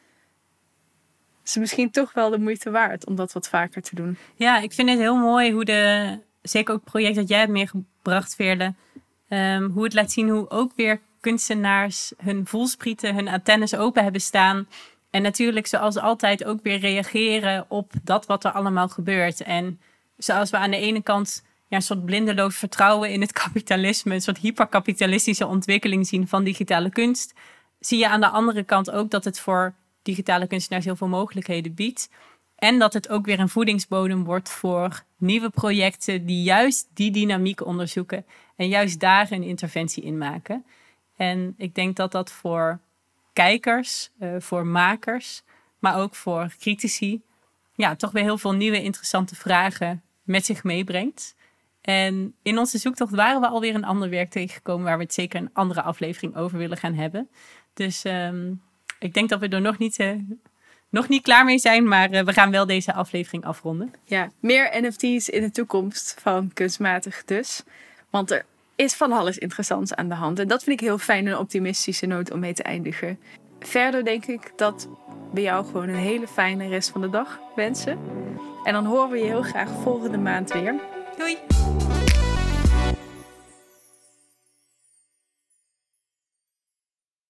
is het misschien toch wel de moeite waard om dat wat vaker te doen. Ja, ik vind het heel mooi hoe zeker ook het project dat jij hebt meegebracht, Veerle, hoe het laat zien hoe ook weer kunstenaars hun voelsprieten, hun antennes open hebben staan. En natuurlijk zoals altijd ook weer reageren op dat wat er allemaal gebeurt. En zoals we aan de ene kant een soort blindeloos vertrouwen in het kapitalisme, een soort hyperkapitalistische ontwikkeling zien van digitale kunst, zie je aan de andere kant ook dat het voor digitale kunstenaars heel veel mogelijkheden biedt. En dat het ook weer een voedingsbodem wordt voor nieuwe projecten die juist die dynamiek onderzoeken en juist daar een interventie in maken. En ik denk dat dat voor kijkers, voor makers, maar ook voor critici, toch weer heel veel nieuwe interessante vragen met zich meebrengt. En in onze zoektocht waren we alweer een ander werk tegengekomen waar we het zeker een andere aflevering over willen gaan hebben. Dus ik denk dat we er nog niet klaar mee zijn, maar we gaan wel deze aflevering afronden. Ja, meer NFT's in de toekomst van kunstmatig dus. Want er is van alles interessants aan de hand. En dat vind ik heel fijn, een optimistische noot om mee te eindigen. Verder denk ik dat we jou gewoon een hele fijne rest van de dag wensen. En dan horen we je heel graag volgende maand weer. Doei!